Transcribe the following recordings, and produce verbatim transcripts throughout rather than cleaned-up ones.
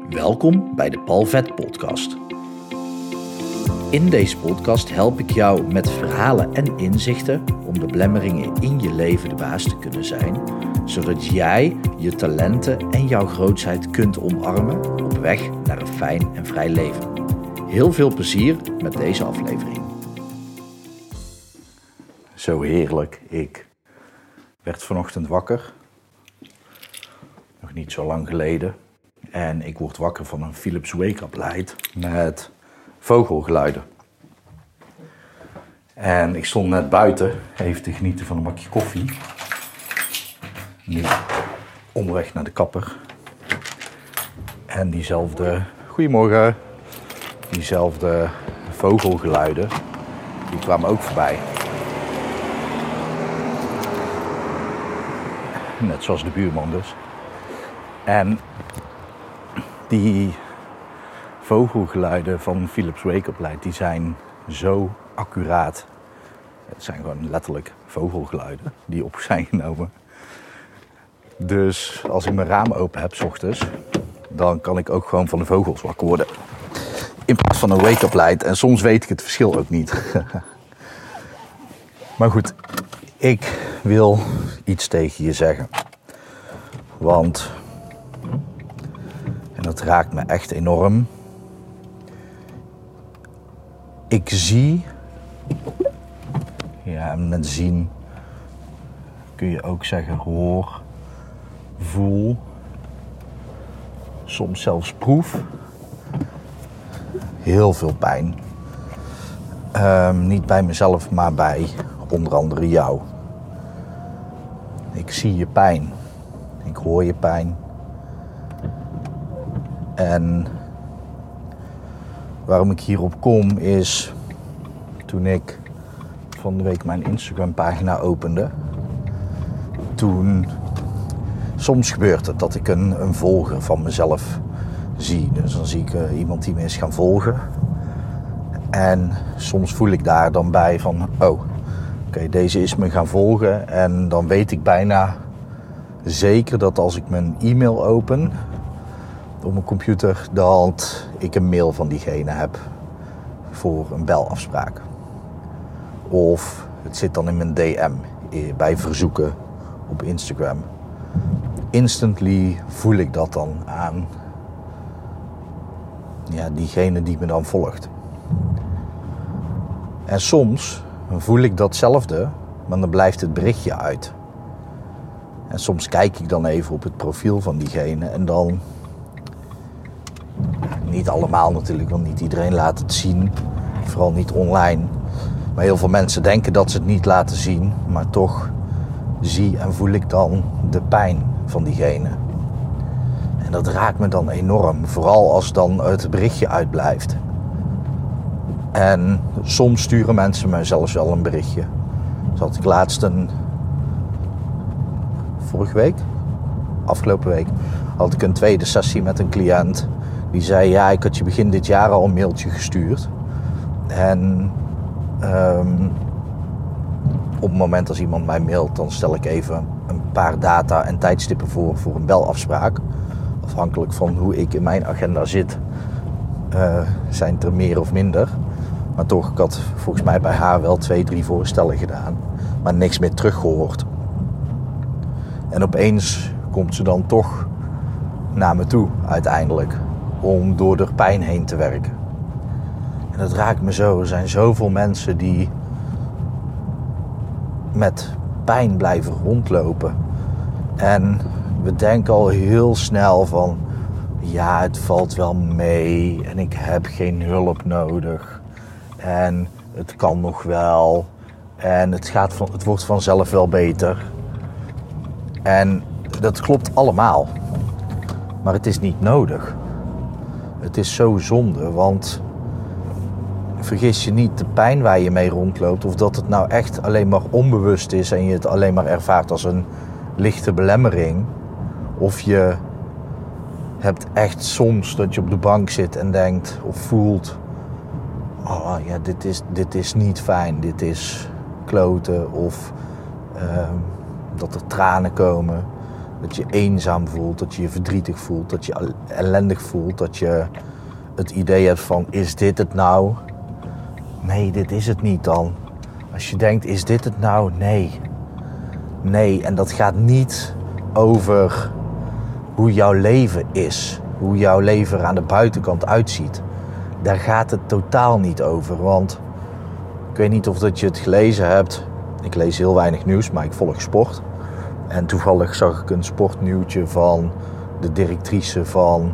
Welkom bij de Paul Vet Podcast. In deze podcast help ik jou met verhalen en inzichten om de belemmeringen in je leven de baas te kunnen zijn, zodat jij je talenten en jouw grootsheid kunt omarmen op weg naar een fijn en vrij leven. Heel veel plezier met deze aflevering. Zo heerlijk. Ik werd vanochtend wakker. Nog niet zo lang geleden. En ik word wakker van een Philips Wake-up Light met vogelgeluiden. En ik stond net buiten even te genieten van een bakje koffie. Nu onderweg naar de kapper. En diezelfde, goedemorgen, diezelfde vogelgeluiden, die kwamen ook voorbij. Net zoals de buurman dus. En die vogelgeluiden van Philips Wake-up Light, die zijn zo accuraat. Het zijn gewoon letterlijk vogelgeluiden die op zijn genomen. Dus als ik mijn raam open heb 's ochtends, dan kan ik ook gewoon van de vogels wakker worden. In plaats van een wake-up light. En soms weet ik het verschil ook niet. Maar goed, ik wil iets tegen je zeggen. Want, en dat raakt me echt enorm, ik zie, ja, en met zien kun je ook zeggen hoor, voel, soms zelfs proef, heel veel pijn. Um, niet bij mezelf, maar bij onder andere jou. Ik zie je pijn. Ik hoor je pijn. En waarom ik hierop kom is, toen ik van de week mijn Instagram pagina opende, toen, soms gebeurt het dat ik een, een volger van mezelf zie. Dus dan zie ik uh, iemand die me is gaan volgen. En soms voel ik daar dan bij van, oh, oké, okay, deze is me gaan volgen. En dan weet ik bijna zeker dat als ik mijn e-mail open op mijn computer, dat ik een mail van diegene heb voor een belafspraak. Of het zit dan in mijn D M bij verzoeken op Instagram. Instantly voel ik dat dan aan, ja, diegene die me dan volgt. En soms voel ik datzelfde, maar dan blijft het berichtje uit. En soms kijk ik dan even op het profiel van diegene en dan, niet allemaal natuurlijk, want niet iedereen laat het zien. Vooral niet online. Maar heel veel mensen denken dat ze het niet laten zien. Maar toch zie en voel ik dan de pijn van diegene. En dat raakt me dan enorm. Vooral als dan het berichtje uitblijft. En soms sturen mensen mij zelfs wel een berichtje. Zo had ik laatst een... Vorige week? Afgelopen week had ik een tweede sessie met een cliënt. Die zei, ja, ik had je begin dit jaar al een mailtje gestuurd. En um, op het moment als iemand mij mailt, dan stel ik even een paar data en tijdstippen voor voor een belafspraak. Afhankelijk van hoe ik in mijn agenda zit, uh, zijn het er meer of minder. Maar toch, ik had volgens mij bij haar wel twee, drie voorstellen gedaan. Maar niks meer teruggehoord. En opeens komt ze dan toch naar me toe, uiteindelijk. Om door de pijn heen te werken. En dat raakt me zo. Er zijn zoveel mensen die met pijn blijven rondlopen. En we denken al heel snel van, ja, het valt wel mee. En ik heb geen hulp nodig. En het kan nog wel. En het, gaat van, het wordt vanzelf wel beter. En dat klopt allemaal. Maar het is niet nodig. Het is zo zonde, want vergis je niet, de pijn waar je mee rondloopt, of dat het nou echt alleen maar onbewust is en je het alleen maar ervaart als een lichte belemmering, of je hebt echt soms dat je op de bank zit en denkt of voelt, oh ja, dit is, dit is niet fijn, dit is kloten, of uh, dat er tranen komen. Dat je eenzaam voelt, dat je je verdrietig voelt, dat je ellendig voelt. Dat je het idee hebt van, is dit het nou? Nee, dit is het niet dan. Als je denkt, is dit het nou? Nee. Nee, en dat gaat niet over hoe jouw leven is. Hoe jouw leven er aan de buitenkant uitziet. Daar gaat het totaal niet over. Want ik weet niet of dat je het gelezen hebt. Ik lees heel weinig nieuws, maar ik volg sport. En toevallig zag ik een sportnieuwtje van de directrice van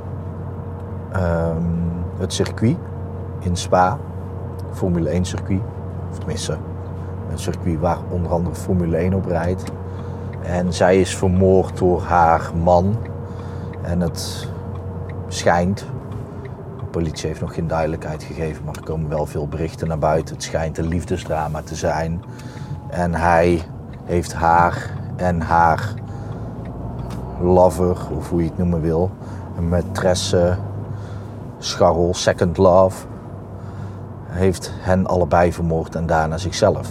um, het circuit in Spa. Formule één circuit. Of tenminste, een circuit waar onder andere Formule één op rijdt. En zij is vermoord door haar man. En het schijnt, de politie heeft nog geen duidelijkheid gegeven, maar er komen wel veel berichten naar buiten. Het schijnt een liefdesdrama te zijn. En hij heeft haar en haar lover, of hoe je het noemen wil, een maîtresse, scharrel, second love, heeft hen allebei vermoord en daarna zichzelf.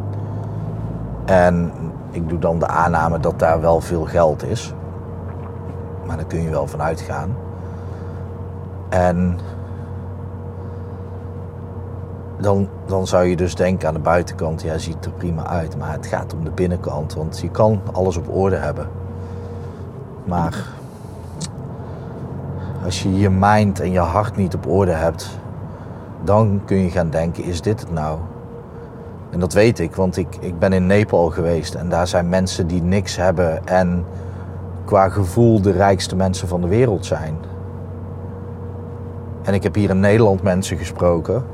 En ik doe dan de aanname dat daar wel veel geld is. Maar daar kun je wel van uitgaan. En dan, dan zou je dus denken aan de buitenkant, ja, ziet er prima uit. Maar het gaat om de binnenkant, want je kan alles op orde hebben. Maar als je je mind en je hart niet op orde hebt, dan kun je gaan denken, is dit het nou? En dat weet ik, want ik, ik ben in Nepal geweest en daar zijn mensen die niks hebben en qua gevoel de rijkste mensen van de wereld zijn. En ik heb hier in Nederland mensen gesproken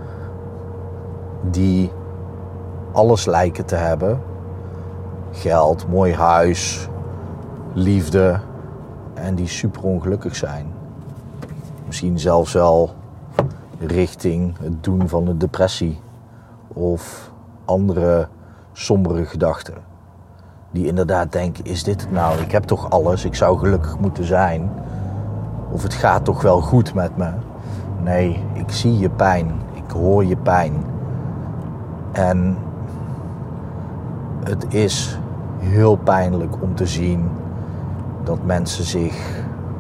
die alles lijken te hebben. Geld, mooi huis, liefde en die super ongelukkig zijn. Misschien zelfs wel richting het doen van een depressie of andere sombere gedachten. Die inderdaad denken, is dit het nou? Ik heb toch alles, ik zou gelukkig moeten zijn. Of het gaat toch wel goed met me? Nee, ik zie je pijn, ik hoor je pijn. En het is heel pijnlijk om te zien dat mensen zich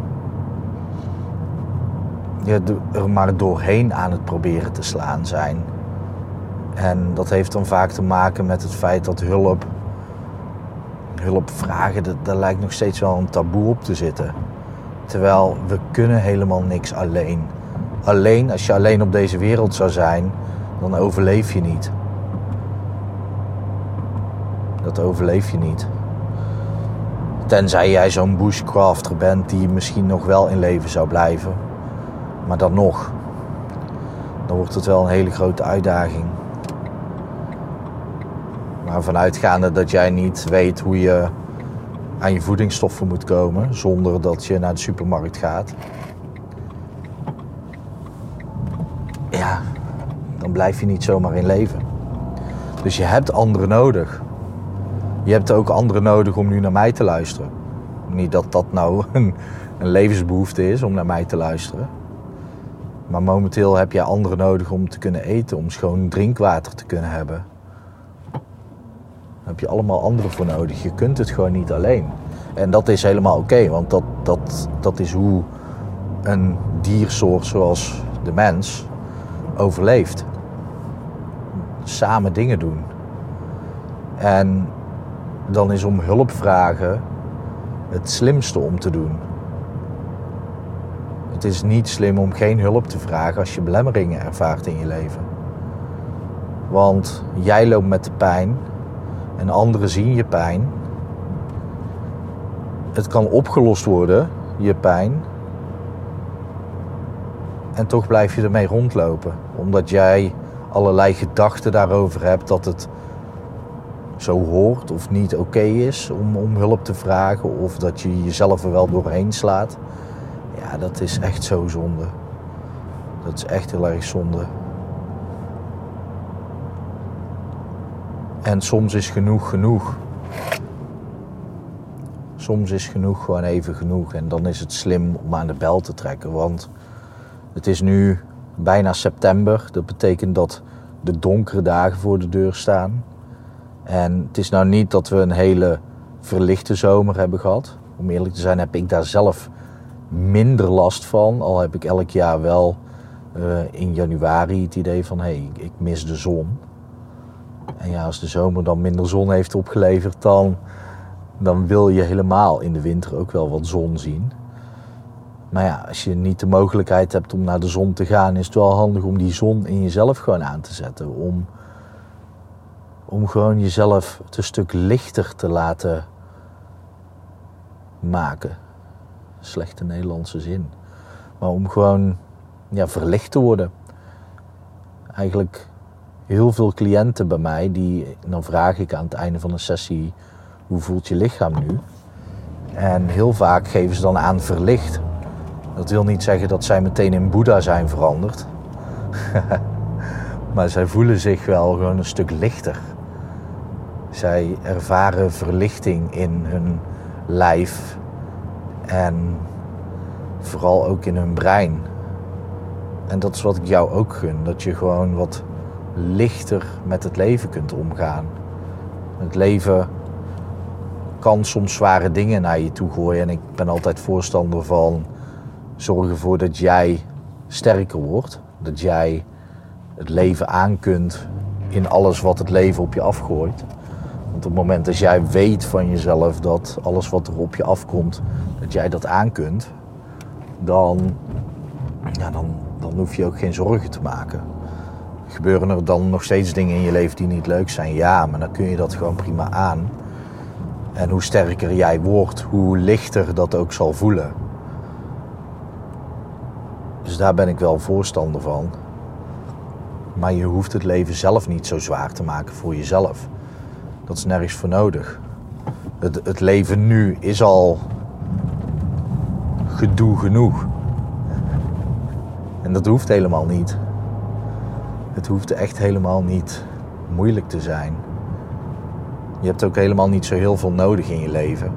ja, er maar doorheen aan het proberen te slaan zijn. En dat heeft dan vaak te maken met het feit dat hulp, hulp vragen, dat, daar lijkt nog steeds wel een taboe op te zitten. Terwijl we kunnen helemaal niks alleen. Alleen, als je alleen op deze wereld zou zijn, dan overleef je niet. Dat overleef je niet. Tenzij jij zo'n bushcrafter bent die misschien nog wel in leven zou blijven. Maar dan nog. Dan wordt het wel een hele grote uitdaging. Maar vanuitgaande dat jij niet weet hoe je aan je voedingsstoffen moet komen zonder dat je naar de supermarkt gaat. Ja, dan blijf je niet zomaar in leven. Dus je hebt anderen nodig. Je hebt ook anderen nodig om nu naar mij te luisteren. Niet dat dat nou een, een levensbehoefte is om naar mij te luisteren. Maar momenteel heb je anderen nodig om te kunnen eten, om schoon drinkwater te kunnen hebben. Daar heb je allemaal anderen voor nodig. Je kunt het gewoon niet alleen. En dat is helemaal oké, okay, want dat, dat, dat is hoe een diersoort zoals de mens overleeft. Samen dingen doen. En dan is om hulp vragen het slimste om te doen. Het is niet slim om geen hulp te vragen als je belemmeringen ervaart in je leven. Want jij loopt met de pijn en anderen zien je pijn. Het kan opgelost worden, je pijn. En toch blijf je ermee rondlopen. Omdat jij allerlei gedachten daarover hebt dat het zo hoort of niet oké okay is om, om hulp te vragen. Of dat je jezelf er wel doorheen slaat. Ja, dat is echt zo zonde. Dat is echt heel erg zonde. En soms is genoeg genoeg. Soms is genoeg gewoon even genoeg. En dan is het slim om aan de bel te trekken. Want het is nu bijna september. Dat betekent dat de donkere dagen voor de deur staan. En het is nou niet dat we een hele verlichte zomer hebben gehad. Om eerlijk te zijn heb ik daar zelf minder last van. Al heb ik elk jaar wel uh, in januari het idee van... hé, hey, ik mis de zon. En ja, als de zomer dan minder zon heeft opgeleverd... dan, dan wil je helemaal in de winter ook wel wat zon zien. Maar ja, als je niet de mogelijkheid hebt om naar de zon te gaan... is het wel handig om die zon in jezelf gewoon aan te zetten. Om, om gewoon jezelf het een stuk lichter te laten maken. Slechte Nederlandse zin. Maar om gewoon ja, verlicht te worden. Eigenlijk heel veel cliënten bij mij, die, dan vraag ik aan het einde van een sessie... hoe voelt je lichaam nu? En heel vaak geven ze dan aan verlicht. Dat wil niet zeggen dat zij meteen in Boeddha zijn veranderd. Maar zij voelen zich wel gewoon een stuk lichter. Zij ervaren verlichting in hun lijf. En vooral ook in hun brein. En dat is wat ik jou ook gun. Dat je gewoon wat lichter met het leven kunt omgaan. Het leven kan soms zware dingen naar je toe gooien. En ik ben altijd voorstander van... zorg ervoor dat jij sterker wordt. Dat jij het leven aan kunt in alles wat het leven op je afgooit. Want op het moment dat jij weet van jezelf dat alles wat er op je afkomt, dat jij dat aan kunt, dan, ja, dan, dan hoef je ook geen zorgen te maken. Gebeuren er dan nog steeds dingen in je leven die niet leuk zijn? Ja, maar dan kun je dat gewoon prima aan. En hoe sterker jij wordt, hoe lichter dat ook zal voelen. Dus daar ben ik wel voorstander van. Maar je hoeft het leven zelf niet zo zwaar te maken voor jezelf. Dat is nergens voor nodig. Het, het leven nu is al gedoe genoeg. En dat hoeft helemaal niet. Het hoeft echt helemaal niet moeilijk te zijn. Je hebt ook helemaal niet zo heel veel nodig in je leven.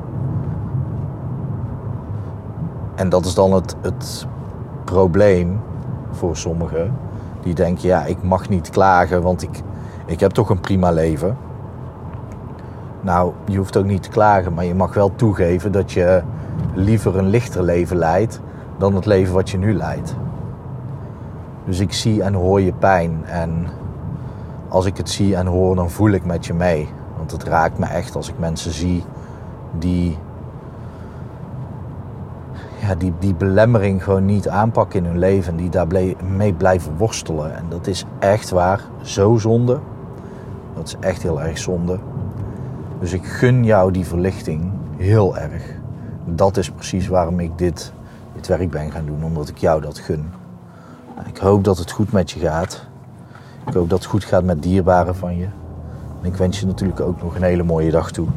En dat is dan het, het probleem voor sommigen. Die denken, ja, ik mag niet klagen, want ik, ik heb toch een prima leven. Nou, je hoeft ook niet te klagen, maar je mag wel toegeven dat je liever een lichter leven leidt dan het leven wat je nu leidt. Dus ik zie en hoor je pijn. En als ik het zie en hoor, dan voel ik met je mee. Want het raakt me echt als ik mensen zie die, ja, die, die belemmering gewoon niet aanpakken in hun leven. En die daarmee blijven worstelen. En dat is echt waar zo zonde. Dat is echt heel erg zonde. Dus ik gun jou die verlichting heel erg. Dat is precies waarom ik dit, dit werk ben gaan doen. Omdat ik jou dat gun. Ik hoop dat het goed met je gaat. Ik hoop dat het goed gaat met dierbaren van je. En ik wens je natuurlijk ook nog een hele mooie dag toe.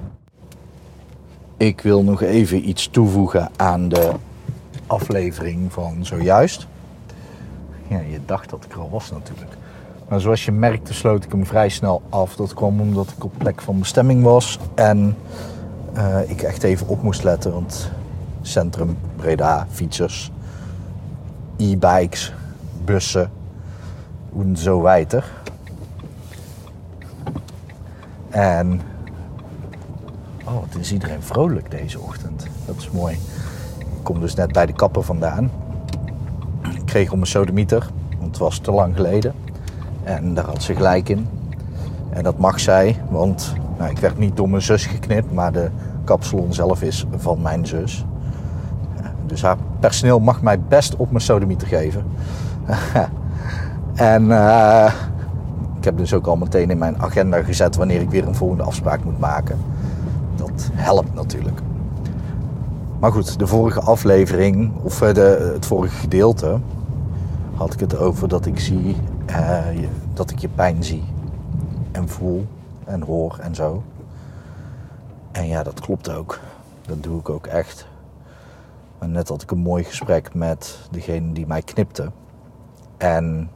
Ik wil nog even iets toevoegen aan de aflevering van zojuist. Ja, je dacht dat ik er al was natuurlijk. Maar zoals je merkte sloot ik hem vrij snel af. Dat kwam omdat ik op plek van bestemming was. En uh, ik echt even op moest letten. Want centrum, Breda, fietsers, e-bikes, bussen en zo weiter. En oh, wat is iedereen vrolijk deze ochtend. Dat is mooi. Ik kom dus net bij de kapper vandaan. Ik kreeg om een sodemieter, want het was te lang geleden. En daar had ze gelijk in. En dat mag zij, want nou, ik werd niet door mijn zus geknipt, maar de kapsalon zelf is van mijn zus. Dus haar personeel mag mij best op mijn sodemieter geven. En uh, ik heb dus ook al meteen in mijn agenda gezet wanneer ik weer een volgende afspraak moet maken. Dat helpt natuurlijk. Maar goed, de vorige aflevering, of de, het vorige gedeelte, had ik het over dat ik zie, uh, dat ik je pijn zie. En voel en hoor en zo. En ja, dat klopt ook. Dat doe ik ook echt. Maar net had ik een mooi gesprek met degene die mij knipte. En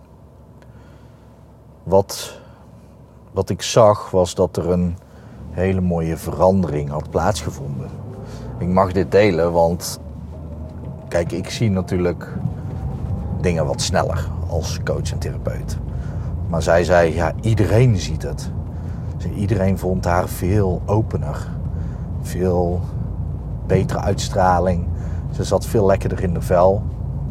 wat, wat ik zag was dat er een hele mooie verandering had plaatsgevonden. Ik mag dit delen, want kijk, ik zie natuurlijk dingen wat sneller als coach en therapeut. Maar zij zei, ja, iedereen ziet het. Iedereen vond haar veel opener. veel betere uitstraling. Ze zat veel lekkerder in de vel.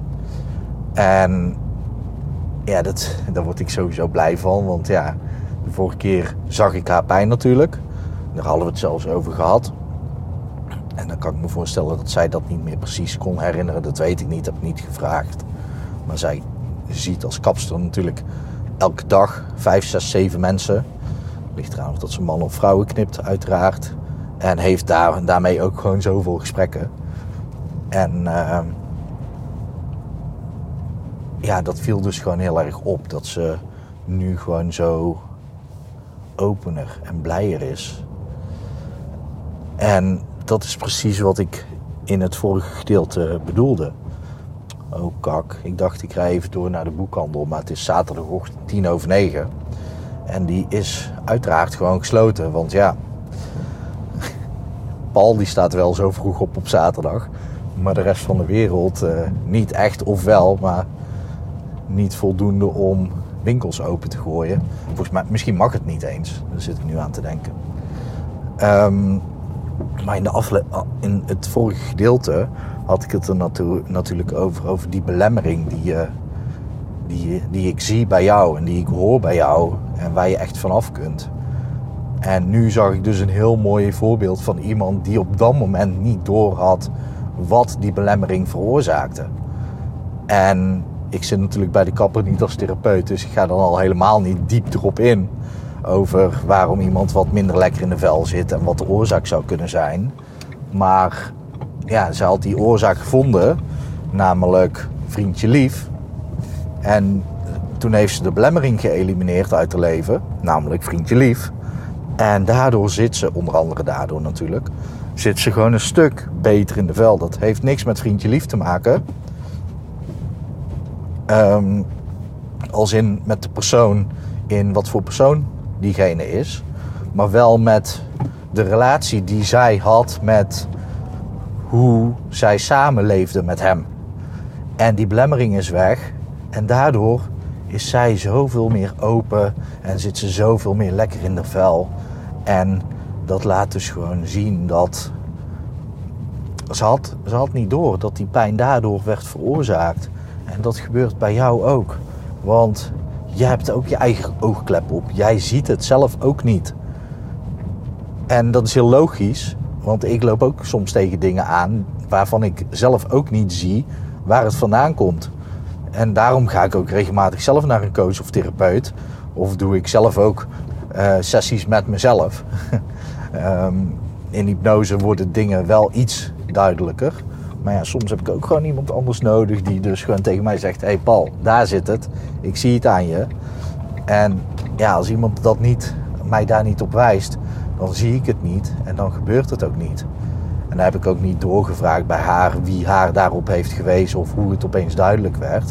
En ja, dat, daar word ik sowieso blij van. Want ja, de vorige keer zag ik haar pijn natuurlijk. Daar hadden we het zelfs over gehad. En dan kan ik me voorstellen dat zij dat niet meer precies kon herinneren. Dat weet ik niet, heb ik niet gevraagd. Maar zij ziet als kapster natuurlijk elke dag vijf, zes, zeven mensen. Ligt eraan of dat ze mannen of vrouwen knipt uiteraard. En heeft daar, daarmee ook gewoon zoveel gesprekken. En uh, ja, dat viel dus gewoon heel erg op. Dat ze nu gewoon zo opener en blijer is. En dat is precies wat ik in het vorige gedeelte bedoelde. Oh kak, ik dacht ik rij even door naar de boekhandel. Maar het is zaterdagochtend tien over negen. En die is uiteraard gewoon gesloten. Want ja, Paul die staat wel zo vroeg op op zaterdag. Maar de rest van de wereld uh, niet echt of wel. Maar niet voldoende om winkels open te gooien. Volgens mij, misschien mag het niet eens. Daar zit ik nu aan te denken. Um, maar in, de afle- in het vorige gedeelte had ik het er natu- natuurlijk over. Over die belemmering die, uh, die, die ik zie bij jou. En die ik hoor bij jou. En waar je echt vanaf kunt. En nu zag ik dus een heel mooi voorbeeld van iemand die op dat moment niet doorhad wat die belemmering veroorzaakte. En ik zit natuurlijk bij de kapper niet als therapeut, dus ik ga dan al helemaal niet diep erop in over waarom iemand wat minder lekker in de vel zit en wat de oorzaak zou kunnen zijn. Maar ja, ze had die oorzaak gevonden, namelijk vriendje lief. En toen heeft ze de belemmering geëlimineerd uit haar leven, namelijk vriendje lief. En daardoor zit ze, onder andere daardoor natuurlijk, zit ze gewoon een stuk beter in de vel. Dat heeft niks met vriendje lief te maken. Um, als in met de persoon, in wat voor persoon diegene is. Maar wel met de relatie die zij had met hoe zij samenleefde met hem. En die belemmering is weg. En daardoor is zij zoveel meer open en zit ze zoveel meer lekker in de vel. En dat laat dus gewoon zien dat ze had, ze had niet door dat die pijn daardoor werd veroorzaakt. En dat gebeurt bij jou ook. Want jij hebt ook je eigen oogklep op. Jij ziet het zelf ook niet. En dat is heel logisch. Want ik loop ook soms tegen dingen aan waarvan ik zelf ook niet zie waar het vandaan komt. En daarom ga ik ook regelmatig zelf naar een coach of therapeut. Of doe ik zelf ook uh, sessies met mezelf. um, in hypnose worden dingen wel iets duidelijker. Maar ja, soms heb ik ook gewoon iemand anders nodig die dus gewoon tegen mij zegt: hé hey Paul, daar zit het. Ik zie het aan je. En ja, als iemand dat niet, mij daar niet op wijst, dan zie ik het niet en dan gebeurt het ook niet. En dan heb ik ook niet doorgevraagd bij haar wie haar daarop heeft gewezen of hoe het opeens duidelijk werd.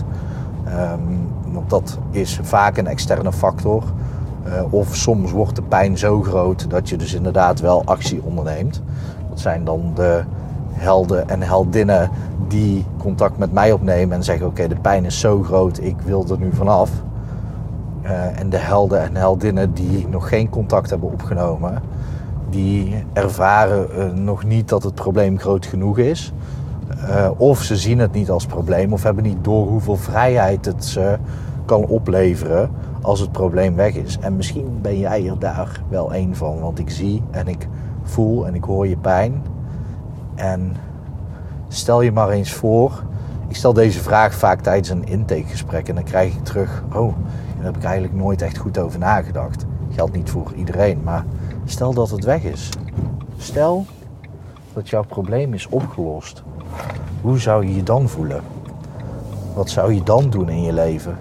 Um, want dat is vaak een externe factor. Uh, of soms wordt de pijn zo groot dat je dus inderdaad wel actie onderneemt. Dat zijn dan de helden en heldinnen die contact met mij opnemen en zeggen: oké, okay, de pijn is zo groot, ik wil er nu vanaf. Uh, en de helden en heldinnen die nog geen contact hebben opgenomen, die ervaren uh, nog niet dat het probleem groot genoeg is. Uh, of ze zien het niet als probleem of hebben niet door hoeveel vrijheid het ze kan opleveren als het probleem weg is. En misschien ben jij er daar wel één van, want ik zie en ik voel en ik hoor je pijn. En stel je maar eens voor, ik stel deze vraag vaak tijdens een intakegesprek en dan krijg ik terug: oh, daar heb ik eigenlijk nooit echt goed over nagedacht. Geldt niet voor iedereen, maar stel dat het weg is. Stel dat jouw probleem is opgelost. Hoe zou je je dan voelen? Wat zou je dan doen in je leven?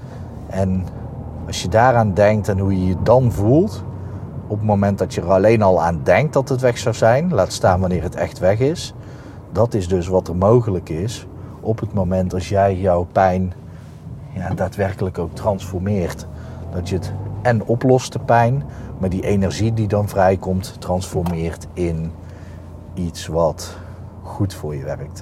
En als je daaraan denkt en hoe je je dan voelt, op het moment dat je er alleen al aan denkt dat het weg zou zijn, laat staan wanneer het echt weg is, dat is dus wat er mogelijk is op het moment als jij jouw pijn ja, daadwerkelijk ook transformeert. Dat je het en oplost, de pijn, maar die energie die dan vrijkomt transformeert in iets wat goed voor je werkt.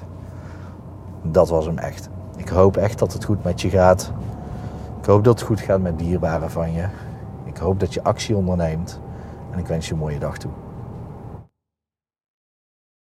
Dat was hem echt. Ik hoop echt dat het goed met je gaat. Ik hoop dat het goed gaat met dierbaren van je. Ik hoop dat je actie onderneemt. En ik wens je een mooie dag toe.